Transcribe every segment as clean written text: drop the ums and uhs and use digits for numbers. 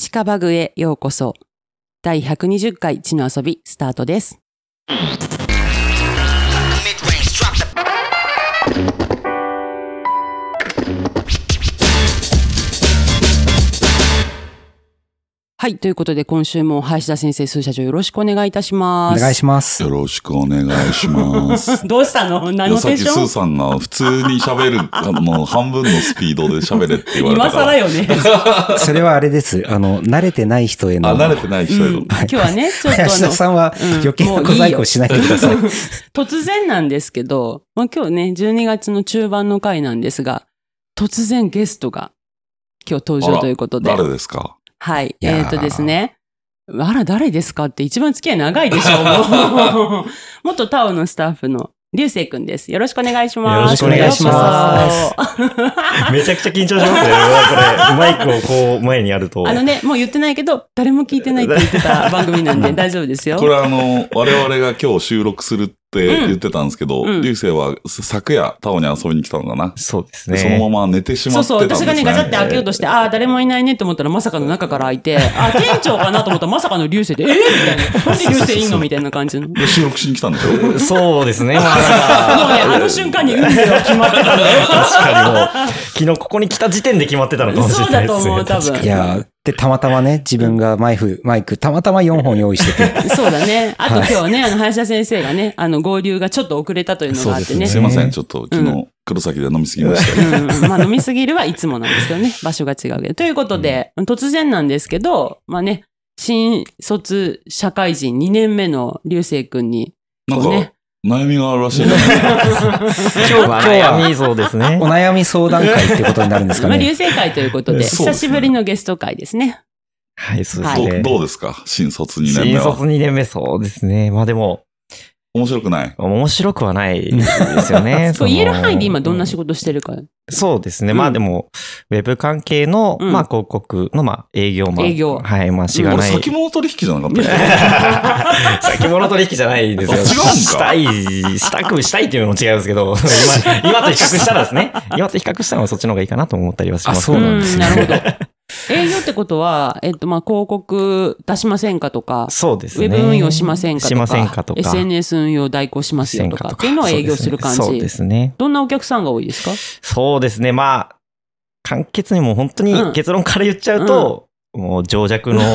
近バグへようこそ。第120回地の遊びスタートです。はい。ということで、今週も林田先生、スー社長よろしくお願いいたします。 お願いします。 よろしくお願いします。 どうしたの？何のテンション？ さっきスーさんが普通に喋る、もう半分のスピードで喋れって言われたから。 今更よね。 それはあれです。慣れてない人への。 慣れてない人への。 今日はね、ちょっと林田さんは余計な小細工しないでください。 突然なんですけど、今日ね、12月の中盤の回なんですが、突然ゲストが今日登場ということで。 誰ですか？ はい。ですね。あら、誰ですかって一番付き合い長いでしょう。元タオのスタッフの流星くんです。よろしくお願いします。 よろしくお願いします。 めちゃくちゃ緊張しますね。これ、マイクをこう前にやると。 もう言ってないけど、誰も聞いてないって言ってた番組なんで大丈夫ですよ。 これ我々が今日収録するって言ってたんですけど、流星は昨夜タオに遊びに来たのかな。 そうですね。 そのまま寝てしまってたんですね。 そう、私がね、ガチャって開けようとして、誰もいないねって思ったらまさかの中から開いて、店長かなと思ったらまさかの流星で、みたいな。なんで流星いんのみたいな感じの。 収録しに来たんでしょ？ そうですね。 もうね、あの瞬間に運命は決まってたんだよ。 確かにもう、昨日ここに来た時点で決まってたのかもしれないですね。 そうだと思う、多分。 いやで、たまたまね、自分がマイク、たまたま4本用意してて。 そうだね。あと今日ね、林田先生がね、合流がちょっと遅れたというのがあってね。 すいません、ちょっと昨日、黒崎で飲みすぎました。 まあ飲みすぎるはいつもなんですけどね。場所が違うけど。ということで、突然なんですけど、まあね、新卒社会人2年目の流星くんに、 なんか、悩みがあるらしいね。 今日は悩みそうですね。 お悩み相談会ってことになるんですかね。 流星会ということで、久しぶりのゲスト会ですね。 はい、そうですね。 どうですか？新卒2年目は。 新卒2年目、そうですね。まあでも、 面白くない？ 面白くはないですよね。 そう言える範囲で今どんな仕事してるか。 そうですね。まあでも、ウェブ関係の、まあ広告の、営業マン。 営業。 はい、まあしがない。 これ先物取引じゃなかった先物取引じゃないですよ。 違うんか？ したいっていうのも違うんですけど、今と比較したらですね。今と比較したらそっちの方がいいかなと思ったりはします。 そうなんですね。 なるほど。営業ってことは、まあ、広告出しませんかとか、 そうですね。 ウェブ運用しませんかとか、 しませんかとか SNS 運用代行しますよとかっていうのを営業する感じ。 そうですね。 どんなお客さんが多いですか？ そうですね。まあ、簡潔にもう本当に結論から言っちゃうと、もう情弱の、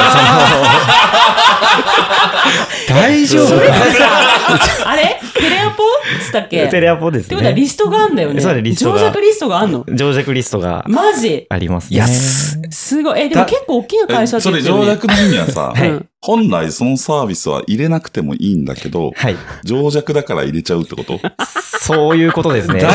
大丈夫あれテレアポつったっけ？ テレアポですね。 ってことはリストがあるんだよね。 そうです、リストが。 情弱リストがあんの？ 情弱リストが。 マジ？ ありますね。 すごい。でも結構大きな会社ってそれ情弱の意味はさ、 はい本来そのサービスは入れなくてもいいんだけど、 はい、 情弱だから入れちゃうってこと？ そういうことですね。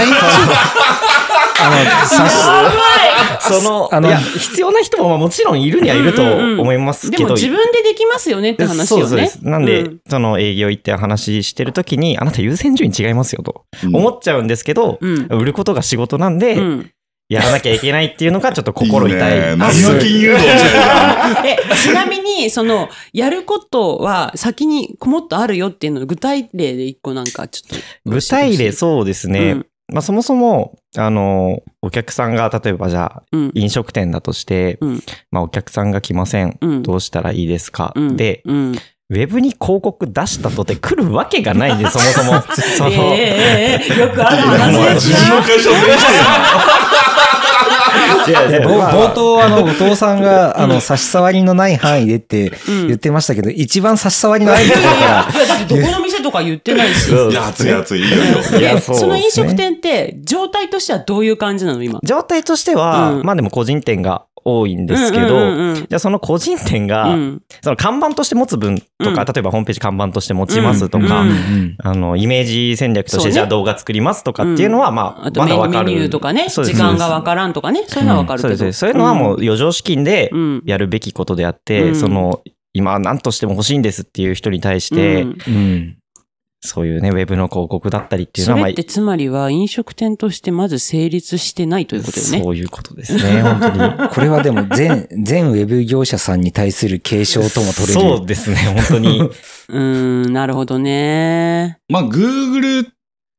必要な人ももちろんいるにはいると思いますけど。 でも自分でできますよねって話よね。 そうです。なんで、その営業行って話してるときに、あなた優先順位違いますよと思っちゃうんですけど、売ることが仕事なんで、やらなきゃいけないっていうのがちょっと心痛い。 何の金融道ちなみに、やることは先にもっとあるよっていうの具体例で一個なんかちょっと。 具体例、そうですね。まあそもそも、お客さんが、例えばじゃあ、飲食店だとして、まあお客さんが来ません。どうしたらいいですか？で、ウェブに広告出したとて来るわけがないんで、そもそも。よくある話ですよ。 自分の会社冒頭後藤さんが差し障りのない範囲でって言ってましたけど、一番差し障りのないところから。 いや、だってどこの店とか言ってないし。 いや、熱い熱い。いいよ。 その飲食店って状態としてはどういう感じなの今？ 状態としては、まあでも個人店が多いんですけど、じゃあその個人店が、その看板として持つ分とか、例えばホームページ看板として持ちますとか、イメージ戦略としてじゃあ動画作りますとかっていうのは、まあ、まだわかる。 メニューとかね、時間がわからんとかね、そういうのはわかるけど。 そういうのはもう余剰資金でやるべきことであって、今何としても欲しいんですっていう人に対して、そういうね、ウェブの広告だったりっていうのは、 それってつまりは飲食店としてまず成立してないということよね。 そういうことですね、本当に。 これはでも全ウェブ業者さんに対する警鐘とも取れる。 そうですね、本当に。 なるほどね。 まあ、Google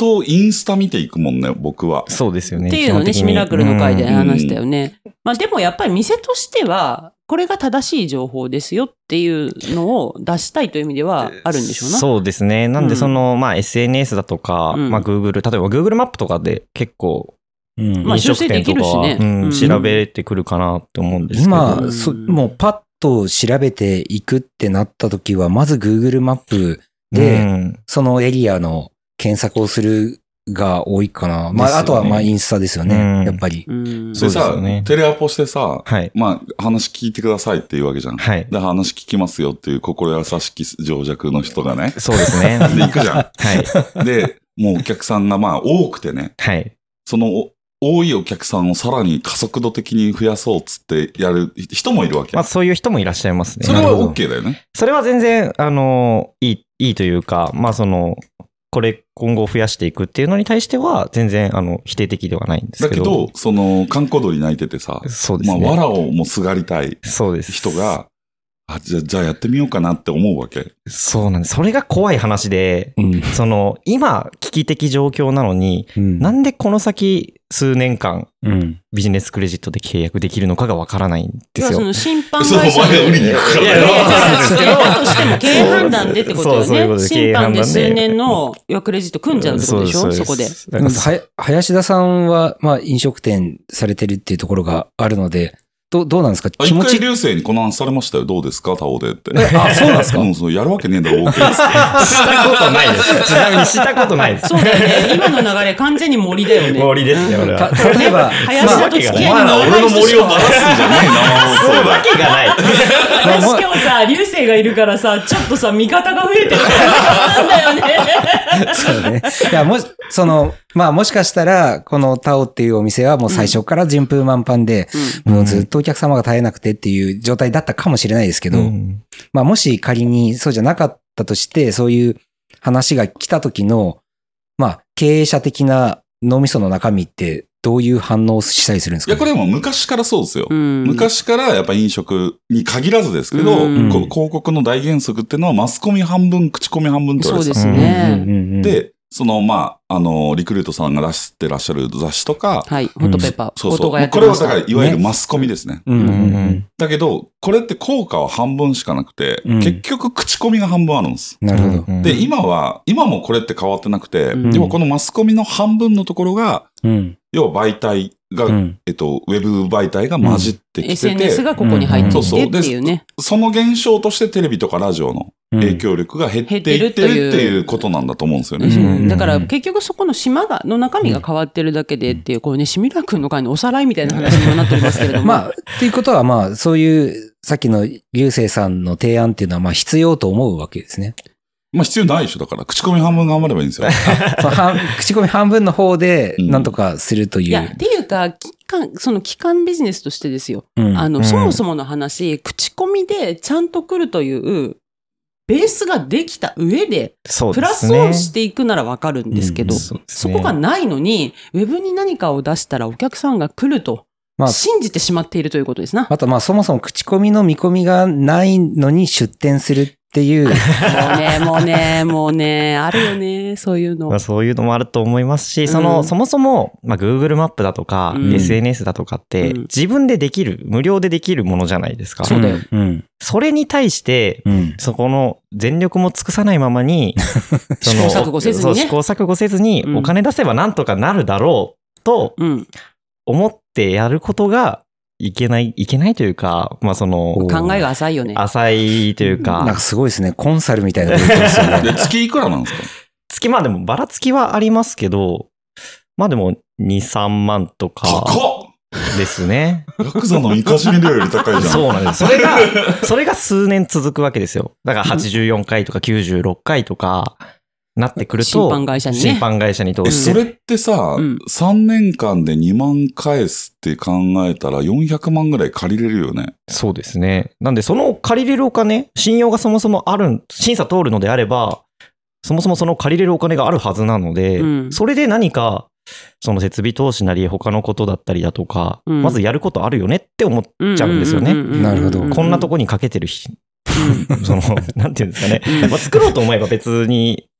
とインスタ見ていくもんね、僕は。 そうですよね。 っていうのね、シミラクルの回で話したよね。まあでもやっぱり店としては、これが正しい情報ですよっていうのを出したいという意味ではあるんでしょうな。 そうですね。なんでまあ SNS だとか、まあ Google、例えば Google マップとかで結構、飲食店とかは調べてくるかなって思うんですけど。 今、もうパッと調べていくってなった時は、まず Google マップで、そのエリアの検索をするが多いかな。まあ、あとはまあインスタですよね。やっぱり。 でさ、テレアポしてさ、まあ話聞いてくださいっていうわけじゃん。で、話聞きますよっていう心優しき情弱の人がね。 そうですね。 で、行くじゃん。で、もうお客さんがまあ多くてね。その多いお客さんをさらに加速度的に増やそうっつってやる人もいるわけ。 まあそういう人もいらっしゃいますね。 それは OK だよね。 それは全然、いいというか、まあこれ今後増やしていくっていうのに対しては全然否定的ではないんですけど。 だけど、観光鳥鳴いててさ、 そうですね。 まあ藁をもうすがりたい人が、じゃあやってみようかなって思うわけ。 そうなんです。それが怖い話で、今危機的状況なのに、なんでこの先数年間、ビジネスクレジットで契約できるのかがわからないんですよ。 その審判会社で。いや、だとしても経営判断でってことよね。審判で数年のクレジット組んじゃうってことでしょ、そこで。 林田さんは、まあ飲食店されてるっていうところがあるので、どうなんですか？ 一回流星にこの話されましたよ。どうですかタオでって。 そうなんですか？ そうやるわけねえんだろ、OK です。 したことないです。ちなみにしたことないです。 そうだよね。今の流れ完全に森だよね。 森ですね、俺は。 例えば、 林田と付き合いの長い俺の森をばらすんじゃねえな、 そういうわけがない。 私今日さ、流星がいるからさ、ちょっとさ、味方が増えてるからだよね。 そうね。いや、まあもしかしたら、このタオっていうお店はもう最初から順風満帆で、もうずっとお客様が絶えなくてっていう状態だったかもしれないですけど、まあもし仮にそうじゃなかったとして、そういう話が来た時の、まあ経営者的な脳みその中身ってどういう反応をしたりするんですか？ いや、これも昔からそうですよ。昔からやっぱ飲食に限らずですけど、広告の大原則っていうのはマスコミ半分、口コミ半分って言われてた。 そうですね。 で、まあ、リクルートさんが出してらっしゃる雑誌とか。 はい、ホットペッパー。 そうそう。これはだから、いわゆるマスコミですね。だけど、これって効果は半分しかなくて、結局口コミが半分あるんです。 なるほど。 で、今もこれって変わってなくて、要はこのマスコミの半分のところが、要は媒体が、ウェブ媒体が混じってきてて、 SNS がここに入ってきてっていうね。 その現象としてテレビとかラジオの影響力が減っていってるっていうことなんだと思うんですよね。 だから結局そこの島の中身が変わってるだけでっていう、こうね、シミラ君の会のおさらいみたいな話にもなっておりますけれども。 まあ、っていうことはまあ、そういう、さっきの流星さんの提案っていうのはまあ必要と思うわけですね。 まあ必要ないでしょ。だから、口コミ半分頑張ればいいんですよ。 口コミ半分の方で、なんとかするという。いや、っていうか、その機関ビジネスとしてですよ。そもそもの話、口コミでちゃんと来るという、ベースができた上で、プラスをしていくならわかるんですけど、そこがないのに、ウェブに何かを出したらお客さんが来ると。信じてしまっているということですな。 あとまあそもそも口コミの見込みがないのに出店するっていう。 もうね、あるよね、そういうの。 まあそういうのもあると思いますし、そもそも、まあ Google マップだとか、SNS だとかって、自分でできる、無料でできるものじゃないですか。 そうだよ。 それに対して、そこの全力も尽くさないままに、 試行錯誤せずにね。 試行錯誤せずに、お金出せばなんとかなるだろうと、思ってやることがいけないというか、まあ考えが浅いよね。 浅いというか。 なんかすごいですね。コンサルみたいなことですよね。 月いくらなんですか？ 月、まあでもばらつきはありますけど、まあでも2、3万とか。 高っですね。 ヤクザのみかじめ料より高いじゃん。 そうなんです。それが数年続くわけですよ。だから84回とか96回とか、なってくると、 審判会社にね。 審判会社に通して。 それってさ、3年間で2万返すって考えたら400万ぐらい借りれるよね。 そうですね。なんでその借りれるお金、信用がそもそもある、審査通るのであれば、そもそもその借りれるお金があるはずなので、それで何か、その設備投資なり他のことだったりだとか、まずやることあるよねって思っちゃうんですよね。 なるほど。 こんなとこにかけてるなんていうんですかね。まあ、作ろうと思えば別に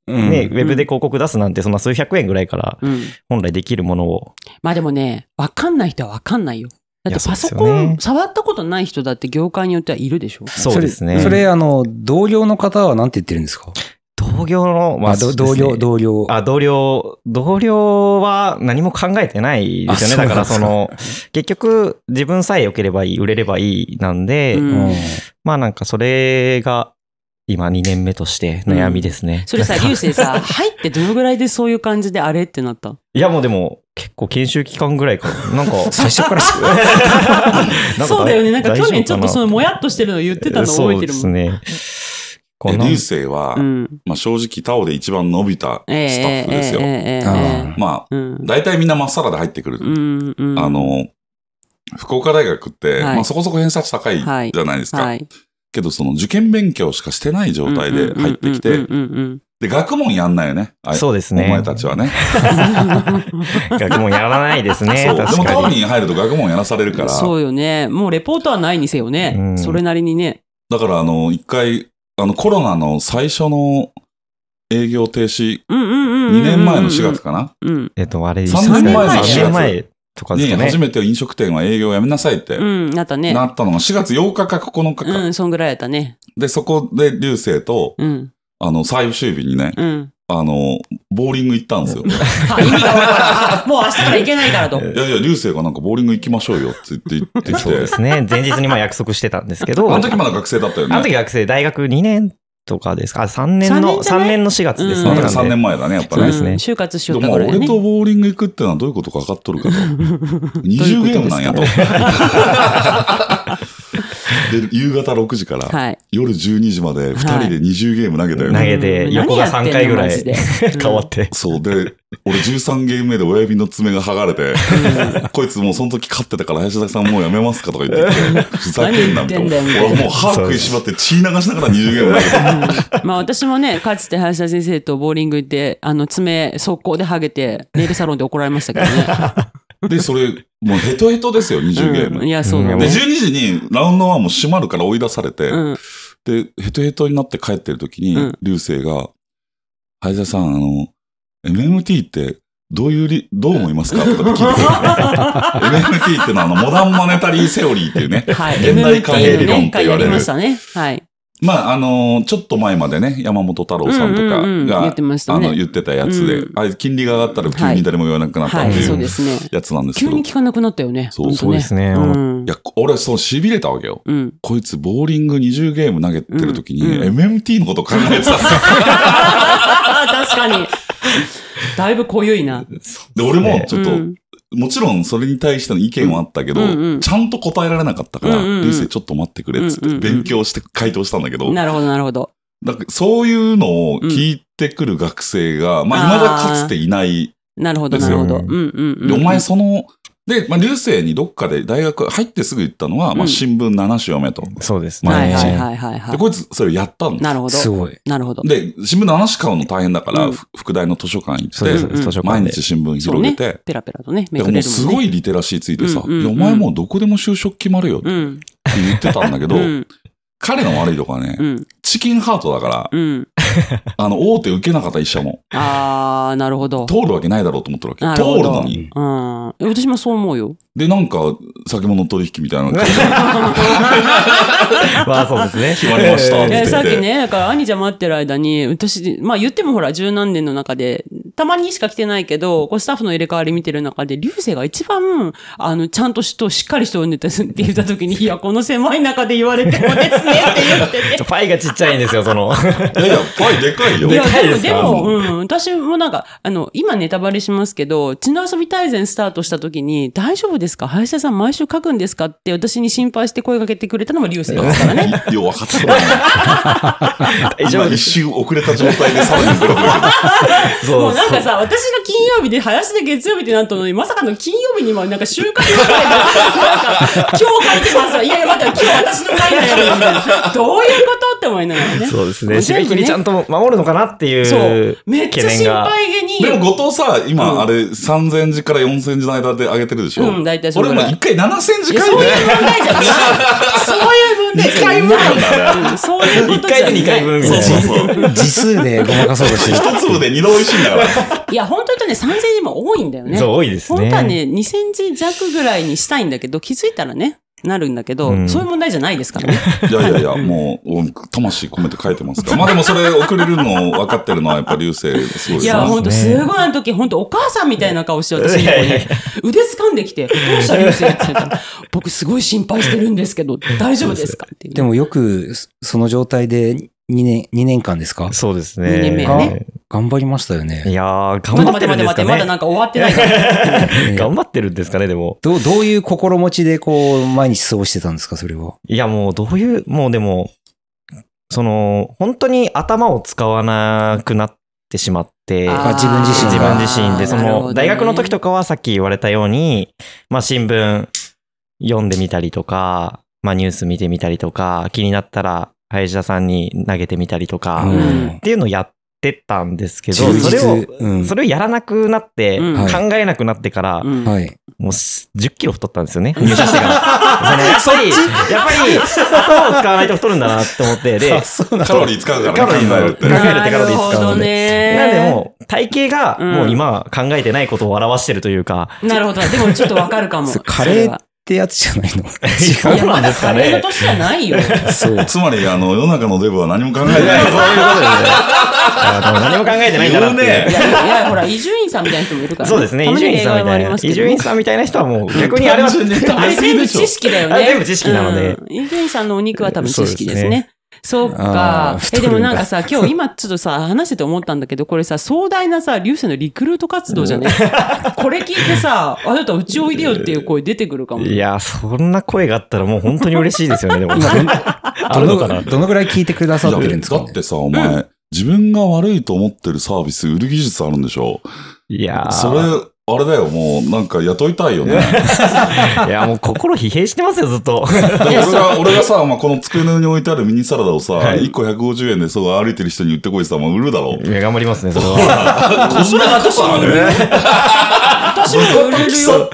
ね、ウェブで広告出すなんてそんな数百円ぐらいから本来できるものを。 まあでもね、わかんない人はわかんないよ。だってパソコン触ったことない人だって業界によってはいるでしょ。 そうですね。 それ同僚の方は何て言ってるんですか？ 同業の、 まあ、同僚。 同僚は何も考えてないですよね。だから結局自分さえ良ければいい、売れればいいなんで、まあなんかそれが今2年目として悩みですね。 それさ、流星さ、入ってどのぐらいでそういう感じであれってなった？ いやもうでも結構研修期間ぐらいから、なんか最初からそうだよね。なんか去年ちょっともやっとしてるの言ってたの覚えてるもん。 そうですね。 流星は、まあ正直タオで一番伸びたスタッフですよ。まあ、大体みんなまっさらで入ってくる。福岡大学って、まあそこそこ偏差値高いじゃないですか。けどその受験勉強しかしてない状態で入ってきて、で、学問やんないよね。 そうですね。 お前たちはね。 学問やらないですね。 そう。でもタオに入ると学問やらされるから。 そうよね。もうレポートはないにせよね。それなりにね。 だから一回、コロナの最初の営業停止、2年前の4月かな？ あれ、 3年前の4月とかですかね。 初めて飲食店は営業をやめなさいって。 なったね。 なったのが4月8日か9日か。 そんぐらいやったね。 で、そこで流星と、最終日にね、ボーリング行ったんですよ。 意味がわからん。もう明日から行けないからと。 いや、流星がなんかボーリング行きましょうよって言ってきて。 そうですね。前日にまあ約束してたんですけど。 あの時まだ学生だったよね。 あの時学生、大学2年とかですか？ 3年の4月ですね。 3年前だね、やっぱね。 就活しよったからね。 でも俺とボーリング行くってのはどういうことか分かっとるかと。20ゲームなんやと。で、夕方6時から夜12時まで2人で20ゲーム投げたよね。 投げて、横が3回ぐらい変わって。 そう。で、俺13ゲーム目で親指の爪が剥がれて、こいつもうその時勝ってたから林田さんもうやめますかとか言ってきて、ふざけんなみたいな。俺もう歯食いしばって血流しながら20ゲーム投げて。 まあ私もね、かつて林田先生とボーリング行って、爪速攻で剥げて、ネイルサロンで怒られましたけどね。 で、それ、もうヘトヘトですよ、20ゲーム。 いや、そうだね。 で、12時にラウンド1も閉まるから追い出されて、で、ヘトヘトになって帰ってる時に、流星が、林田さん、MMT ってどう思いますかとかって聞いてMMT ってのはモダンマネタリーセオリーっていうね、現代貨幣理論って言われる。 ましたね。はい。 まあ、ちょっと前までね、山本太郎さんとかが、言ってたやつで、金利が上がったら急に誰も言わなくなったっていうやつなんですけど。 急に聞かなくなったよね。 そうですね。 いや、俺、痺れたわけよ。こいつ、ボーリング20ゲーム投げてる時に、MMT のこと考えてた。確かに。だいぶ濃ゆいな。 で、俺もちょっと、もちろんそれに対しての意見はあったけど、ちゃんと答えられなかったから、流星ちょっと待ってくれっつって勉強して回答したんだけど。 なるほど、なるほど。 だからそういうのを聞いてくる学生が、まあ、未だかつていないなるほど、なるほど。 で、お前で、まあ、流星にどっかで大学入ってすぐ言ったのは、まあ、新聞7種読めと。 そうですね。はいはいはい。 で、こいつそれやったんです。 なるほど。 すごい。 なるほど。 で、新聞7種買うの大変だから、副大の図書館行って、毎日新聞広げて、 ペラペラとね、 めくれるもんね。もうすごいリテラシーついてさ、お前もうどこでも就職決まるよって言ってたんだけど、彼の悪いとこはね、チキンハートだから、大手受けなかった医者も。 あー、なるほど。 通るわけないだろうと思ってるわけ。通るのに。 私もそう思うよ。 で、なんか、先物取引みたいな。 まあそうですね。 決まりましたって言って。 さっきね、だから兄ちゃん待ってる間に、私、まあ言ってもほら、十何年の中で、たまにしか来てないけど、こうスタッフの入れ替わり見てる中で、流星が一番、ちゃんとしっかり人を読んでたって言った時に、いや、この狭い中で言われてもですねって言ってて。 パイがちっちゃいんですよ、いやいや、 パイでかいよ。 でかいですか？でも、私もなんか、今ネタバレしますけど、血の遊び大全スタートした時に、大丈夫ですか？林田さん毎週書くんですかって私に心配して声かけてくれたのも流星ですからね。 よ、分かった。今一瞬遅れた状態でさらにブログもうなんかさ、私が金曜日で、林で月曜日ってなったのに、まさかの金曜日にもなんか週刊予定で、なんか、今日書いてますわ。いやいや、待って、今日私の回だよ、みたいな。どういうことって思いながらね。 そうですね。締め切りちゃんと守るのかなっていう。そう。 めっちゃ心配げに。 でも後藤さ、今、あれ、3000字から4000字の間で上げてるでしょ？ 大体そう。 俺も一回7000字書いて。 そういう問題じゃない。そういう問題じゃない。 2回分なんだね。 そういうことじゃない。 1回と2回分みたいな。 そう。字数でごまかそうとしてる。 一粒で2度美味しいんだから。 いや、本当にね、3センチも多いんだよね。 そう、多いですね。 本当はね、2センチ弱ぐらいにしたいんだけど、気づいたらね、なるんだけど、そういう問題じゃないですからね。 いや、もう、魂込めて書いてますから。まあでもそれ送れるの分かってるのはやっぱ流星すごいですね。 いや、本当すごいあの時、本当お母さんみたいな顔して私に腕掴んできて、どうした流星って言ったら、僕すごい心配してるんですけど、大丈夫ですかっていう。 でもよく、その状態で2年間ですか？ そうですね。 2年目ね。 頑張りましたよね。 いやー、頑張ってるんですかね。 まだなんか終わってないから。 頑張ってるんですかね、でも。 どういう心持ちでこう、毎日過ごしてたんですか、それは。 いや、もうでも、本当に頭を使わなくなってしまって、 自分自身で、大学の時とかはさっき言われたように、まあ新聞読んでみたりとか、まあニュース見てみたりとか、気になったら、林田さんに投げてみたりとか、っていうのをやってたんですけど、それをやらなくなって、考えなくなってから、もう10キロ太ったんですよね、入社してから。やっぱり、頭を使わないと太るんだなって思って、で、 カロリー使うからね。 カロリー考えるってカロリー使うんで。なんでもう、体型がもう今考えてないことを表してるというか。 なるほど。でもちょっとわかるかも。 カレーってやつじゃないの？ そうなんですかね。 カレーの年じゃないよ。 そう。つまり、世の中のデブは何も考えてない。そういうことですね。 何も考えてないんだなって。 いや、ほら、伊集院さんみたいな人もいるから。 そうですね、伊集院さんみたいな。伊集院さんみたいな人はもう逆にあれは全部知識だよね。 全部知識なので。 伊集院さんのお肉は多分知識ですね。そうか。でもなんかさ、今ちょっとさ、話してて思ったんだけど、これさ、壮大なさ、流星のリクルート活動じゃね。これ聞いてさ、あなたうちおいでよっていう声出てくるかも。 いや、そんな声があったらもう本当に嬉しいですよね、でも。 あるのかな？どのぐらい聞いてくださってるんですか？ だってさ、お前、自分が悪いと思ってるサービス売る技術あるんでしょ？ いやそれ、あれだよ、もう、なんか雇いたいよね。 いや、もう心疲弊してますよ、ずっと。 俺がさ、まあ、この机の上に置いてあるミニサラダをさ、1個150円でそう歩いてる人に売ってこいってさ、もう売るだろう。 いや、頑張りますね、それは。 それはさ、 私も売れるよ。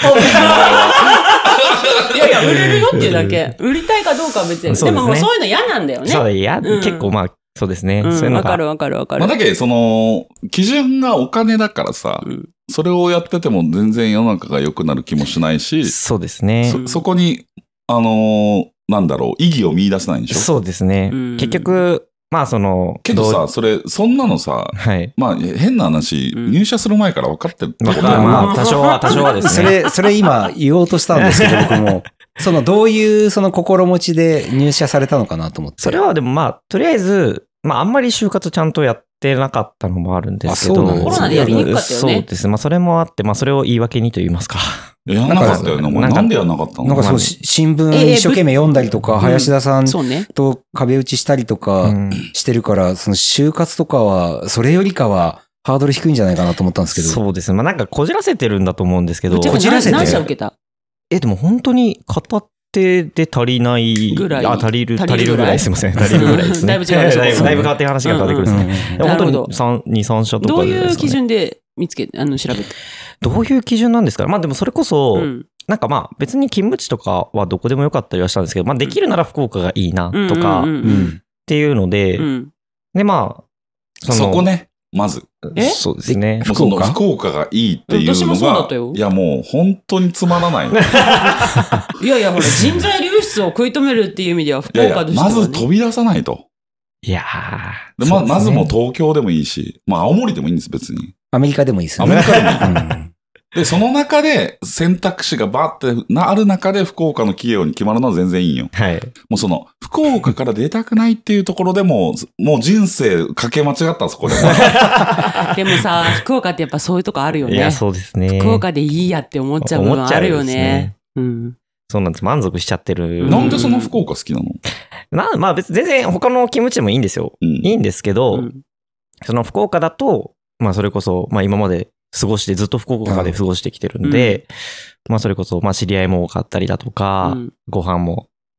いや、売れるよっていうだけ。売りたいかどうかは別に。でももうそういうの嫌なんだよね。 そう、結構まあ、そうですね。そういうのが。 わかる。 まあ、だけど、基準がお金だからさ、それをやってても全然世の中が良くなる気もしないし、 そうですね。 そこに、なんだろう、意義を見出せないんでしょ？ そうですね。結局、まあけどさ、そんなのさ、まあ変な話、入社する前から分かってるってことだよ。 まあ多少はですね。 それ今言おうとしたんですけど、僕も。どういう心持ちで入社されたのかなと思って。 それはでもまあ、とりあえず、まああんまり就活ちゃんとやってなかったのもあるんですけど。 コロナでやりにくかったよね。 そうです。まあそれもあって、まあそれを言い訳にと言いますか。 やんなかったよね。なんでやんなかったの？ なんか新聞一生懸命読んだりとか、林田さんと壁打ちしたりとかしてるから、就活とかは、それよりかは、ハードル低いんじゃないかなと思ったんですけど。 そうですね。まあなんかこじらせてるんだと思うんですけど。 こじらせて何社受けた？ でも本当に片手で足りないぐらい。 足りるぐらい。すいません。足りるぐらいですね。 だいぶ違います。 だいぶ変わって話が変わってくるですね。本当に2、3社とか。 どういう基準で調べて？ どういう基準なんですか？まあでもそれこそ、なんかまあ別に勤務地とかはどこでもよかったりはしたんですけど、まあできるなら福岡がいいなとか、っていうので、でまあ、 そこね。まず。 そうですね。 福岡がいいっていうのが、いやもう本当につまらない。 いや、ほら、人材流出を食い止めるっていう意味では福岡としては、ね。 まず飛び出さないと。 いやー。まずもう東京でもいいし、まあ青森でもいいんです、別に。 アメリカでもいいですよね。 アメリカでもいい。で、その中で選択肢がバーってある中で福岡の企業に決まるのは全然いいよ。 はい。 もう福岡から出たくないっていうところでもう人生かけ間違ったそこで。 でもさ、福岡ってやっぱそういうとこあるよね。 いや、そうですね。 福岡でいいやって思っちゃう部分あるよね。 そうなんです。満足しちゃってる。 なんでその福岡好きなの？ まあ別に全然他の勤務地でもいいんですよ。いいんですけど、その福岡だと、まあそれこそ、まあ今までずっと福岡で過ごしてきてるんで、まあそれこそ、まあ知り合いも多かったりだとか、ご飯も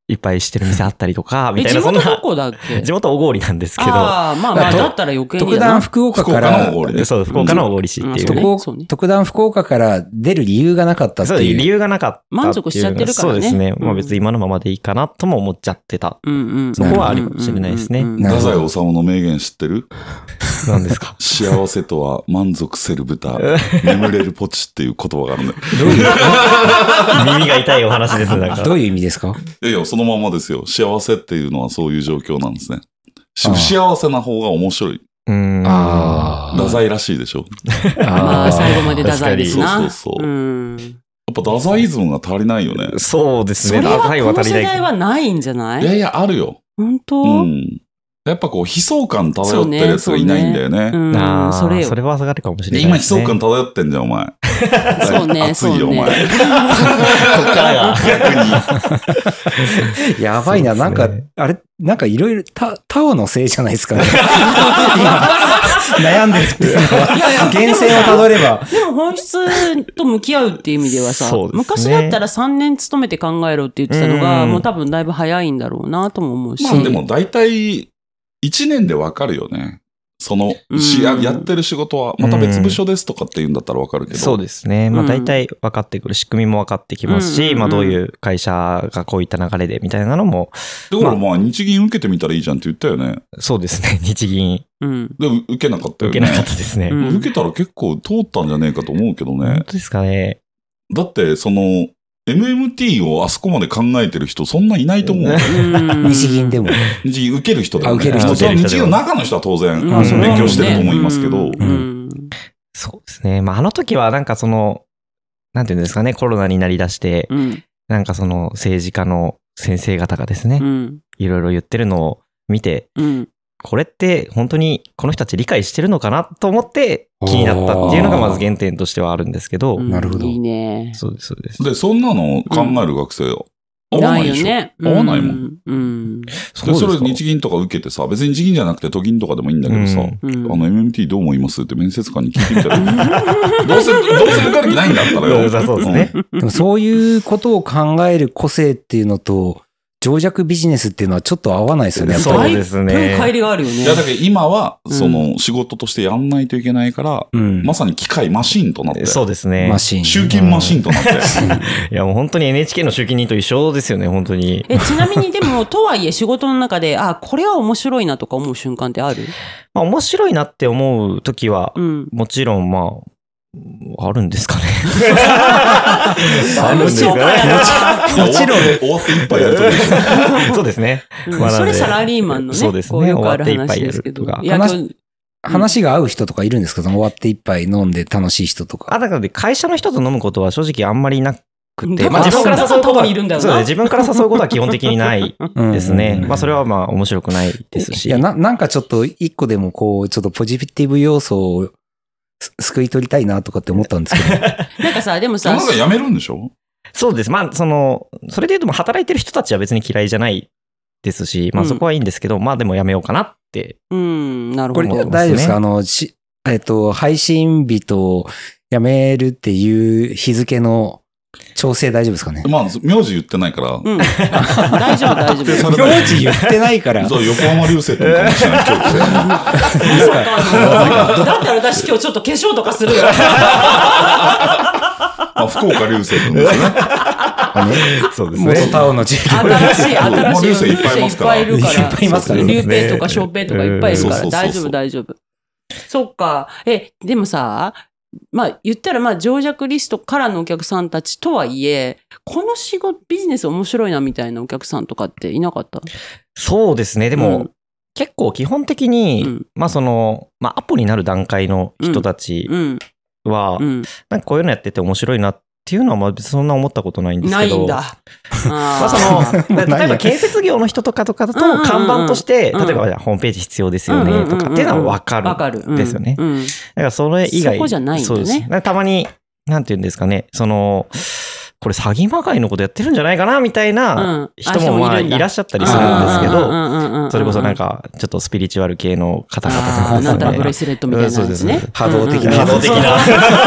いっぱいしてる店あったりとか、みたいな。 地元どこだっけ？ 地元小郡なんですけど。 ああ、まあまあ、だったら余計に。 特段福岡から、 そう、福岡の小郡市っていうね。特段福岡から出る理由がなかったっていう。そう、 理由がなかった。 満足しちゃってるからね。 そうですね。まあ別に今のままでいいかなとも思っちゃってた。そこはあるかもしれないですね。 太宰治の名言知ってる？ 何ですか？ 幸せとは満足せる豚、眠れるポチっていう言葉があるね。 どういう耳が痛いお話ですね。なんかどういう意味ですか？ いやいや、そのままですよ。幸せっていうのはそういう状況なんですね。幸せな方が面白い。太宰らしいでしょ。 まあ、最後まで太宰ですな。 そうそうそう。やっぱ太宰イズムが足りないよね。 そうですね。 太宰は足りない。この世代はないんじゃない？ いやいや、あるよ。 本当？ やっぱこう、悲壮感漂ってるやつがいないんだよね。 それは下がるかもしれない。 今悲壮感漂ってんじゃん、お前。 そうね。 熱いよ、お前。こっからが。 逆に。やばいな、なんか、あれ、なんかいろいろ、タオのせいじゃないですかね。悩んでるっていうのは、源泉をたどれば。 でも本質と向き合うっていう意味ではさ、昔だったら3年勤めて考えろって言ってたのが、もう多分だいぶ早いんだろうなとも思うし。 まあでも大体、1年でわかるよね。その、やってる仕事は、また別部署ですとかって言うんだったらわかるけど。 そうですね。まあ大体分かってくる。仕組みも分かってきますし、まあどういう会社がこういった流れでみたいなのも。 だからまあ日銀受けてみたらいいじゃんって言ったよね。 そうですね。日銀。 でも受けなかったよね。 受けなかったですね。 受けたら結構通ったんじゃねえかと思うけどね。 本当ですかね。 だってその、MMT をあそこまで考えてる人そんないないと思う。 日銀でも。 日銀受ける人でも、ね。 受ける人。 日銀の中の人は当然、勉強してると思いますけど。 そうですね。まあ、あの時はなんかその、なんていうんですかね、コロナになりだして、なんかその政治家の先生方がですね、いろいろ言ってるのを見て、これって本当にこの人たち理解してるのかなと思って気になったっていうのがまず原点としてはあるんですけど。 なるほど。 いいね。 そうです、そうです。 で、そんなの考える学生合わないでしょ。合わないもん。それ日銀とか受けてさ、別に日銀じゃなくて都銀とかでもいいんだけどさ、MMT どう思いますって面接官に聞いてみたら、どうせ受かる気ないんだったらよ。 そうですね。 でもそういうことを考える個性っていうのと、情弱ビジネスっていうのはちょっと合わないですよね。 そうですね。 乖離があるよね。 いや、だけど今は、その仕事としてやんないといけないから、まさに機械、マシンとなって。 そうですね。 マシン。 集金マシンとなって。 いや、もう本当に NHK の集金人と一緒ですよね、本当に。 ちなみにでも、とはいえ仕事の中で、これは面白いなとか思う瞬間ってある？ まあ、面白いなって思う時は、もちろん、まあ、あるんですかね。 あるんですかね。 もちろん終わって一杯やると。 そうですね。 それサラリーマンのね。 そうですね。終わって一杯やるとか。 話が合う人とかいるんですか？その終わって一杯飲んで楽しい人とか。 だから会社の人と飲むことは正直あんまりなくて。 まあ自分から誘うことは、そうね。自分から誘うことは基本的にないですね。まあそれはまあ面白くないですし。 いや、なんかちょっと一個でもこう、ちょっとポジティブ要素を救い取りたいなとかって思ったんですけど。 なんかさ、でもさ。 なんか辞めるんでしょ？ そうです。まあ、それで言うとも働いてる人たちは別に嫌いじゃないですし、まあそこはいいんですけど、まあでも辞めようかなって。 なるほど。 これ大丈夫ですか？配信日と辞めるっていう日付の調整大丈夫ですかね？ まあ、名字言ってないから。 大丈夫、大丈夫。 名字言ってないから。 そう、横浜流星君かもしれない、今日。 だって私今日ちょっと化粧とかするよ。 福岡流星君ですね。 そうですね。 元タオの地域。 新しい流星いっぱいいますから。 いっぱいいますから。 竜兵とか小兵とかいっぱいいるから、大丈夫、大丈夫。そっか。でもさ、まあ言ったらまあ情弱リストからのお客さんたちとはいえ、この仕事、ビジネス面白いなみたいなお客さんとかっていなかった？ そうですね。でも、結構基本的に、まあアポになる段階の人たちは、なんかこういうのやってて面白いなっていうのはまあ別にそんな思ったことないんですけど。 ないんだ。 まあ例えば建設業の人とかだと看板として、例えばホームページ必要ですよねとかっていうのはわかるんですよね。だからそれ以外。 そこじゃないんだね。そうです。 たまに、なんていうんですかね、これ詐欺まがいのことやってるんじゃないかなみたいな人もまあいらっしゃったりするんですけど、 それこそなんか、ちょっとスピリチュアル系の方々とかですね。 なんたらブレスレットみたいなやつね。 波動的な。 波動的な。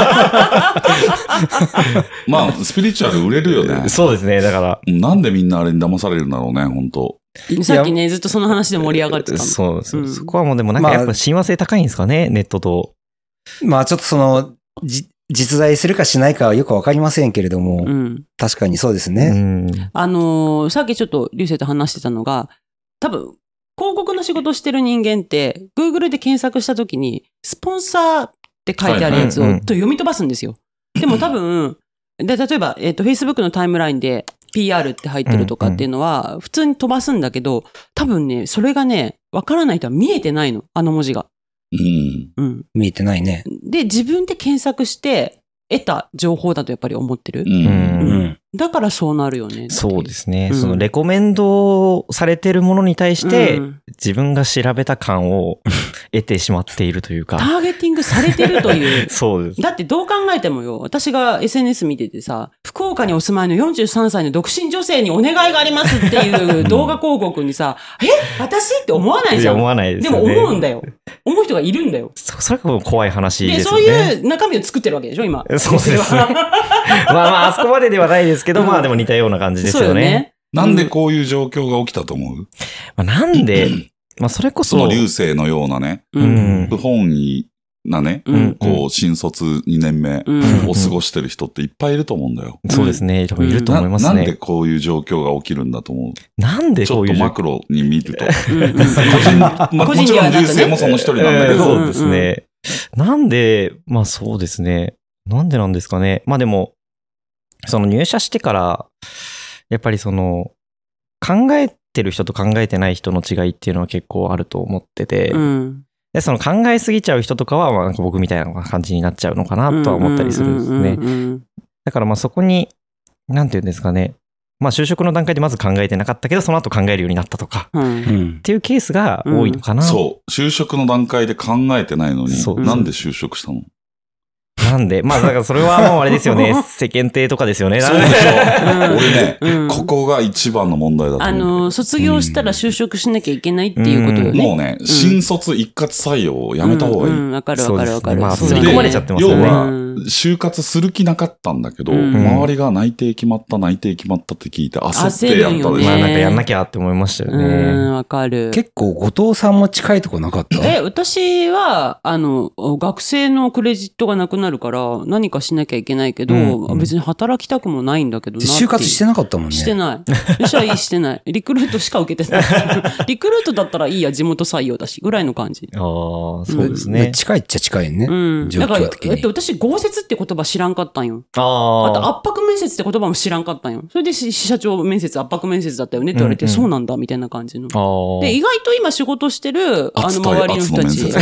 まあ、スピリチュアル売れるよね。 そうですね、だから。 なんでみんなあれに騙されるんだろうね、本当さっきね、ずっとその話で盛り上がってたの。 そうです。そこはもうでもなんかやっぱ親和性高いんですかね、ネットと。 まあちょっとその、実在するかしないかはよくわかりませんけれども、確かにそうですね。 さっきちょっと流星と話してたのが、多分、広告の仕事してる人間って、Google で検索したときに、スポンサーって書いてあるやつを読み飛ばすんですよ。でも多分、例えば、Facebook のタイムラインで PR って入ってるとかっていうのは、普通に飛ばすんだけど、多分ね、それがね、わからない人は見えてないの、あの文字が。 見えてないね。 で、自分で検索して得た情報だとやっぱり思ってる。だからそうなるよね。 そうですね。そのレコメンドされてるものに対して、自分が調べた感を得てしまっているというか。 ターゲティングされてるという。 そうです。 だってどう考えてもよ、私が SNS 見ててさ、福岡にお住まいの43歳の独身女性にお願いがありますっていう動画広告にさ、私って思わないじゃん。 思わないですよね。 でも思うんだよ。思う人がいるんだよ。 それが怖い話ですよね。で、そういう中身を作ってるわけでしょ、今。 そうです。まああそこまでではないですけど、まあでも似たような感じですよね。 なんでこういう状況が起きたと思う？ なんで、まあそれこそ。 その流星のようなね、不本意なね、こう、新卒2年目を過ごしてる人っていっぱいいると思うんだよ。 そうですね。多分いると思いますね。 なんでこういう状況が起きるんだと思う？ なんでこういうちょっとマクロに見ると。もちろん流星もその一人なんだけど。 そうですね。なんで、まあそうですね。なんでなんですかね。まあでも、その入社してから、やっぱりその、考えてる人と考えてない人の違いっていうのは結構あると思ってて、でその考えすぎちゃう人とかは、まあなんか僕みたいな感じになっちゃうのかなとは思ったりするんですね。だからまあそこに、なんていうんですかね。まあ就職の段階でまず考えてなかったけど、その後考えるようになったとか、っていうケースが多いのかな。 そう。就職の段階で考えてないのに、なんで就職したの？ なんで、まあだからそれはもうあれですよね。世間体とかですよね。 そうでしょ。俺ね、ここが一番の問題だと思う。 卒業したら就職しなきゃいけないっていうことよね。 もうね、新卒一括採用をやめた方がいい。 わかるわかるわかる。 まあ、刷り込まれちゃってますよね。 要は、就活する気なかったんだけど、周りが内定決まったって聞いて焦ってやったでしょ。 まあなんかやんなきゃって思いましたよね。 わかる。 結構後藤さんも近いとこなかった？ 私は、学生のクレジットがなくなるから何かしなきゃいけないけど、別に働きたくもないんだけどな。 就活してなかったもんね。 してない。してない。リクルートしか受けてない。リクルートだったらいいや、地元採用だし、ぐらいの感じ。 ああ、そうですね。 近いっちゃ近いね。 だから、私、豪雪って言葉知らんかったんよ。あと、圧迫面接って言葉も知らんかったんよ。それで、社長面接、圧迫面接だったよねって言われて、そうなんだ、みたいな感じの。で、意外と今仕事してる、周りの人たち。そう。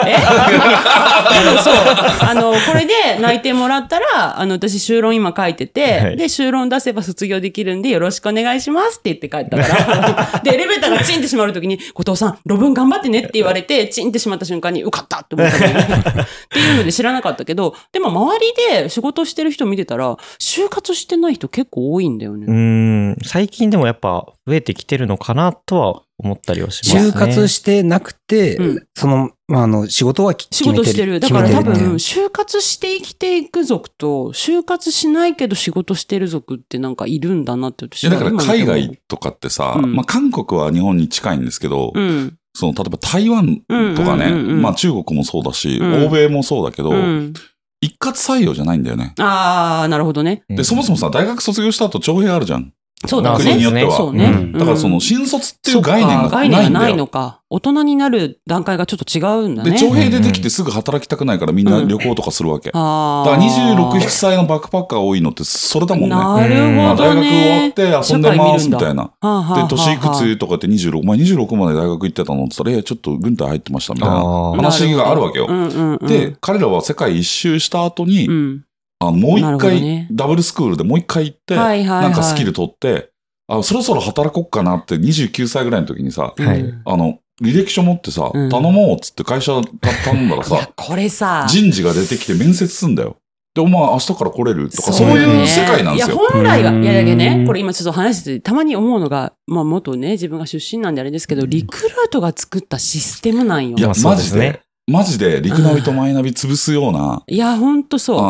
これで内定もらったら、私、修論今書いてて、で、修論出せば卒業できるんで、よろしくお願いしますって言って帰ったから。で、エレベーターがチンって閉まるときに、後藤さん、論文頑張ってねって言われて、チンって閉まった瞬間に、受かったって思ったっていうので知らなかったけど、でも周りで仕事してる人見てたら、就活してない人結構多いんだよね。 最近でもやっぱ増えてきてるのかなとは思ったりはしますね。 就活してなくて、その、仕事は仕事してる。だから多分、就活して生きていく族と、就活しないけど仕事してる族ってなんかいるんだなって私は。 だから海外とかってさ、まあ韓国は日本に近いんですけど、その、例えば台湾とかね、まあ中国もそうだし、欧米もそうだけど、一括採用じゃないんだよね。 ああ、なるほどね。 で、そもそもさ、大学卒業した後徴兵あるじゃん。 そうだね。 国によっては。 そうね。 だからその新卒っていう概念がないんだよ。 概念がないのか。大人になる段階がちょっと違うんだね。 で、徴兵出てきてすぐ働きたくないからみんな旅行とかするわけ。だから26、7歳のバックパッカー多いのってそれだもんね。 なるほどね。 大学終わって遊んでますみたいな。で、年いくつとかって26、お前26まで大学行ってたのって言ったら、いや、ちょっと軍隊入ってましたみたいな話があるわけよ。で、彼らは世界一周した後に、もう一回、ダブルスクールでもう一回行って、なんかスキル取って、そろそろ働こっかなって29歳ぐらいの時にさ、履歴書持ってさ、頼もうっつって会社頼んだらさ、 これさ、 人事が出てきて面接すんだよ。 で、お前明日から来れるとか、そういう世界なんですよ。 いや、本来が、いやだけね、これ今ちょっと話してて、たまに思うのが、まあ元ね、自分が出身なんであれですけど、リクルートが作ったシステムなんよ。 いや、マジで、リクナビとマイナビ潰すような、 いや、ほんとそう。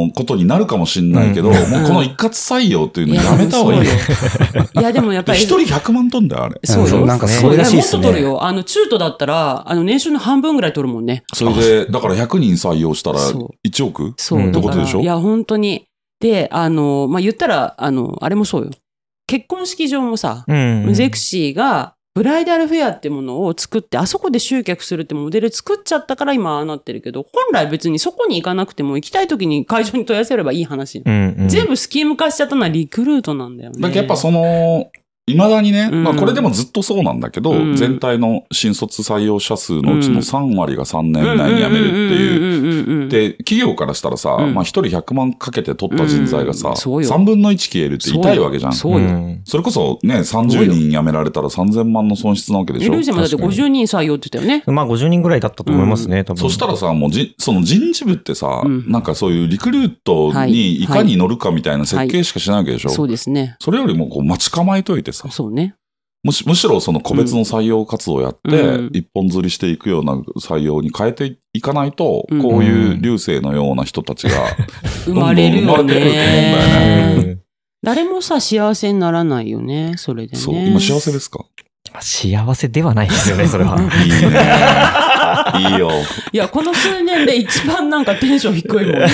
ことになるかもしんないけど、もうこの一括採用っていうのやめた方がいいよ。 いや、でもやっぱり。 一人100万取んだよ、あれ。 そうよ。なんかすごいらしいですね。 もっと取るよ。中途だったら、年収の半分ぐらい取るもんね。 それで、だから100人採用したら1億そうってことでしょ？ いや、本当に。で、まあ、言ったら、あれもそうよ。結婚式場もさ、ゼクシーが、ブライダルフェアってものを作って、あそこで集客するってモデル作っちゃったから今ああなってるけど、本来別にそこに行かなくても行きたい時に会場に問い合わせればいい話。全部スキーム化しちゃったのはリクルートなんだよね。 だからやっぱ未だにね、まあこれでもずっとそうなんだけど、全体の新卒採用者数のうちの3割が3年以内に辞めるっていう。で、企業からしたらさ、まあ1人100万かけて取った人材がさ、3分の1消えるって痛いわけじゃん。 そうよ。 それこそね、30人辞められたら3000万の損失なわけでしょ。 ルーセもだって50人採用って言ったよね。 まあ50人ぐらいだったと思いますね、多分。 そしたらさ、もうその人事部ってさ、なんかそういうリクルートにいかに乗るかみたいな設計しかしないわけでしょ。 そうですね。 それよりもこう待ち構えといてさ。 そうね。 むしろその個別の採用活動をやって、一本釣りしていくような採用に変えていかないと、こういう流星のような人たちが生まれるよね。 生まれてくると思うんだよね。 誰もさ、幸せにならないよね、それでね。 そう、今幸せですか？ 幸せではないですよね、それは。 いいね。いいよ。 いや、この数年で一番なんかテンション低いもんね。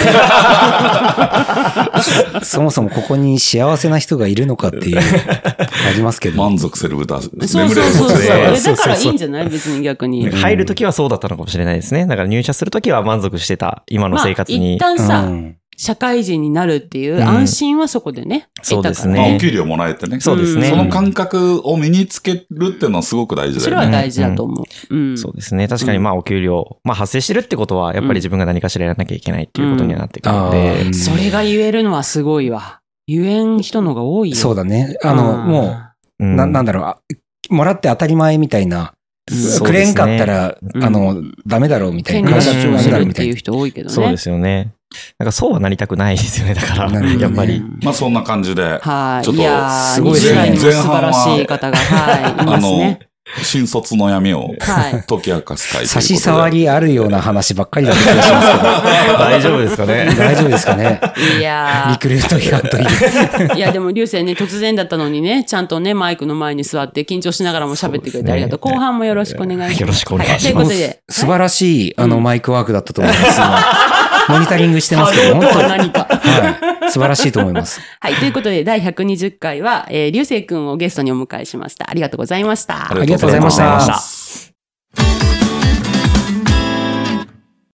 そもそもここに幸せな人がいるのかっていう、ありますけど。 満足する歌。そうそうそう。だからいいんじゃない別に逆に。 入るときはそうだったのかもしれないですね。だから入社するときは満足してた、今の生活に。 一旦さ、社会人になるっていう安心はそこでね。 そうですね。 まあ、お給料もらえてね。 そうですね。 その感覚を身につけるっていうのはすごく大事だよね。 それは大事だと思う。 そうですね。確かにまあお給料、まあ発生してるってことは、やっぱり自分が何かしらやらなきゃいけないっていうことにはなってくるので。 それが言えるのはすごいわ。言えん人のが多いよ。 そうだね。もう、なんだろう、もらって当たり前みたいな。くれんかったら、ダメだろうみたいな。 権利主張するっていう人多いけどね。 そうですよね。なんかそうはなりたくないですよね、だから、やっぱり。 まあそんな感じで。 はい。 ちょっと、 すごいですね。素晴らしい方が、はい、いますね。 新卒の闇を解き明かす会ということで。 差し障りあるような話ばっかりだった気がしますけど。 大丈夫ですかね。 大丈夫ですかね。 いやリクルート批判という。 いや、でも流星ね、突然だったのにね、ちゃんとね、マイクの前に座って緊張しながらも喋ってくれてありがとう。後半もよろしくお願いします。 よろしくお願いします。 ということで。 素晴らしい、マイクワークだったと思います。モニタリングしてますけど、 本当は何か。 はい。素晴らしいと思います。 はい。ということで、第120回は、流星くんをゲストにお迎えしました。ありがとうございました。 ありがとうございました。